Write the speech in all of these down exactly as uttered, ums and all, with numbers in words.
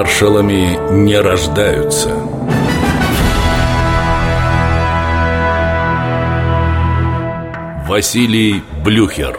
Маршалами не рождаются. Василий Блюхер.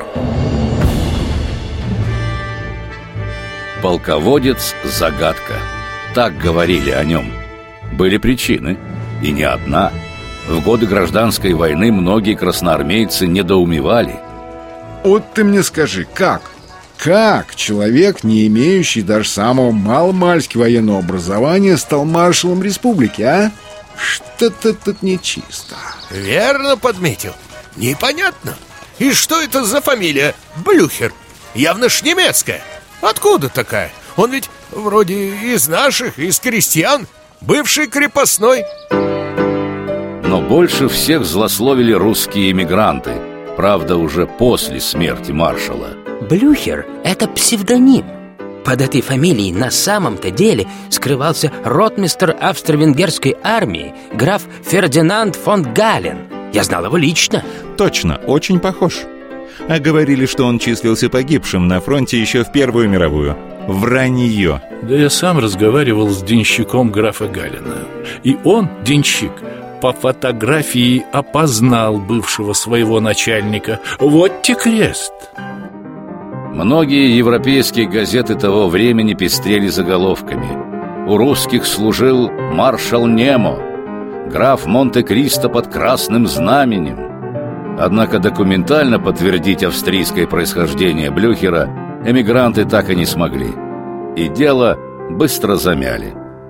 Полководец-загадка. Так говорили о нем. Были причины, и не одна. В годы гражданской войны многие красноармейцы недоумевали. Вот ты мне скажи, как? Как человек, не имеющий даже самого маломальски военного образования, стал маршалом республики, а? Что-то тут нечисто. Верно подметил. Непонятно. И что это за фамилия Блюхер? Явно ж немецкая. Откуда такая? Он ведь вроде из наших, из крестьян, бывший крепостной. Но больше всех злословили русские эмигранты. Правда, уже после смерти маршала. Блюхер – это псевдоним. Под этой фамилией на самом-то деле скрывался ротмистр австро-венгерской армии граф Фердинанд фон Гален. Я знал его лично. Точно, очень похож. А говорили, что он числился погибшим на фронте еще в Первую мировую. Вранье. Да я сам разговаривал с денщиком графа Галена. И он, денщик, по фотографии опознал бывшего своего начальника. Вот те крест. Многие европейские газеты того времени пестрели заголовками. У русских служил маршал Немо, граф Монте-Кристо под красным знаменем. Однако документально подтвердить австрийское происхождение Блюхера эмигранты так и не смогли. И дело быстро замяли.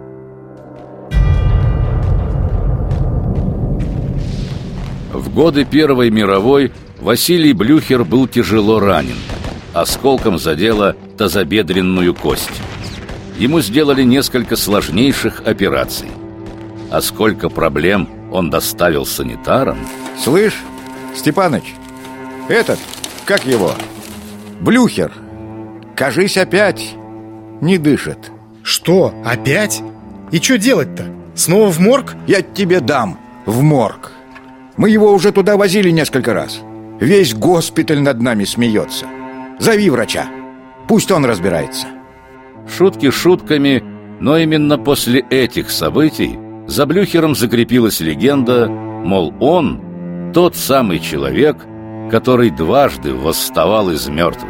В годы Первой мировой Василий Блюхер был тяжело ранен. Осколком задело тазобедренную кость. Ему сделали несколько сложнейших операций. А сколько проблем он доставил санитарам. Слышь, Степаныч, этот, как его, Блюхер, кажись, опять не дышит. Что, опять? И что делать-то? Снова в морг? Я тебе дам в морг. Мы его уже туда возили несколько раз. Весь госпиталь над нами смеется. Зови врача, пусть он разбирается. Шутки шутками, но именно после этих событий за Блюхером закрепилась легенда, мол, он тот самый человек, который дважды восставал из мертвых.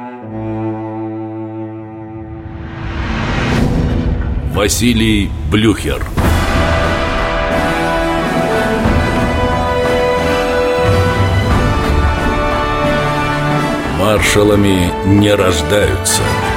Василий Блюхер. Маршалами не рождаются.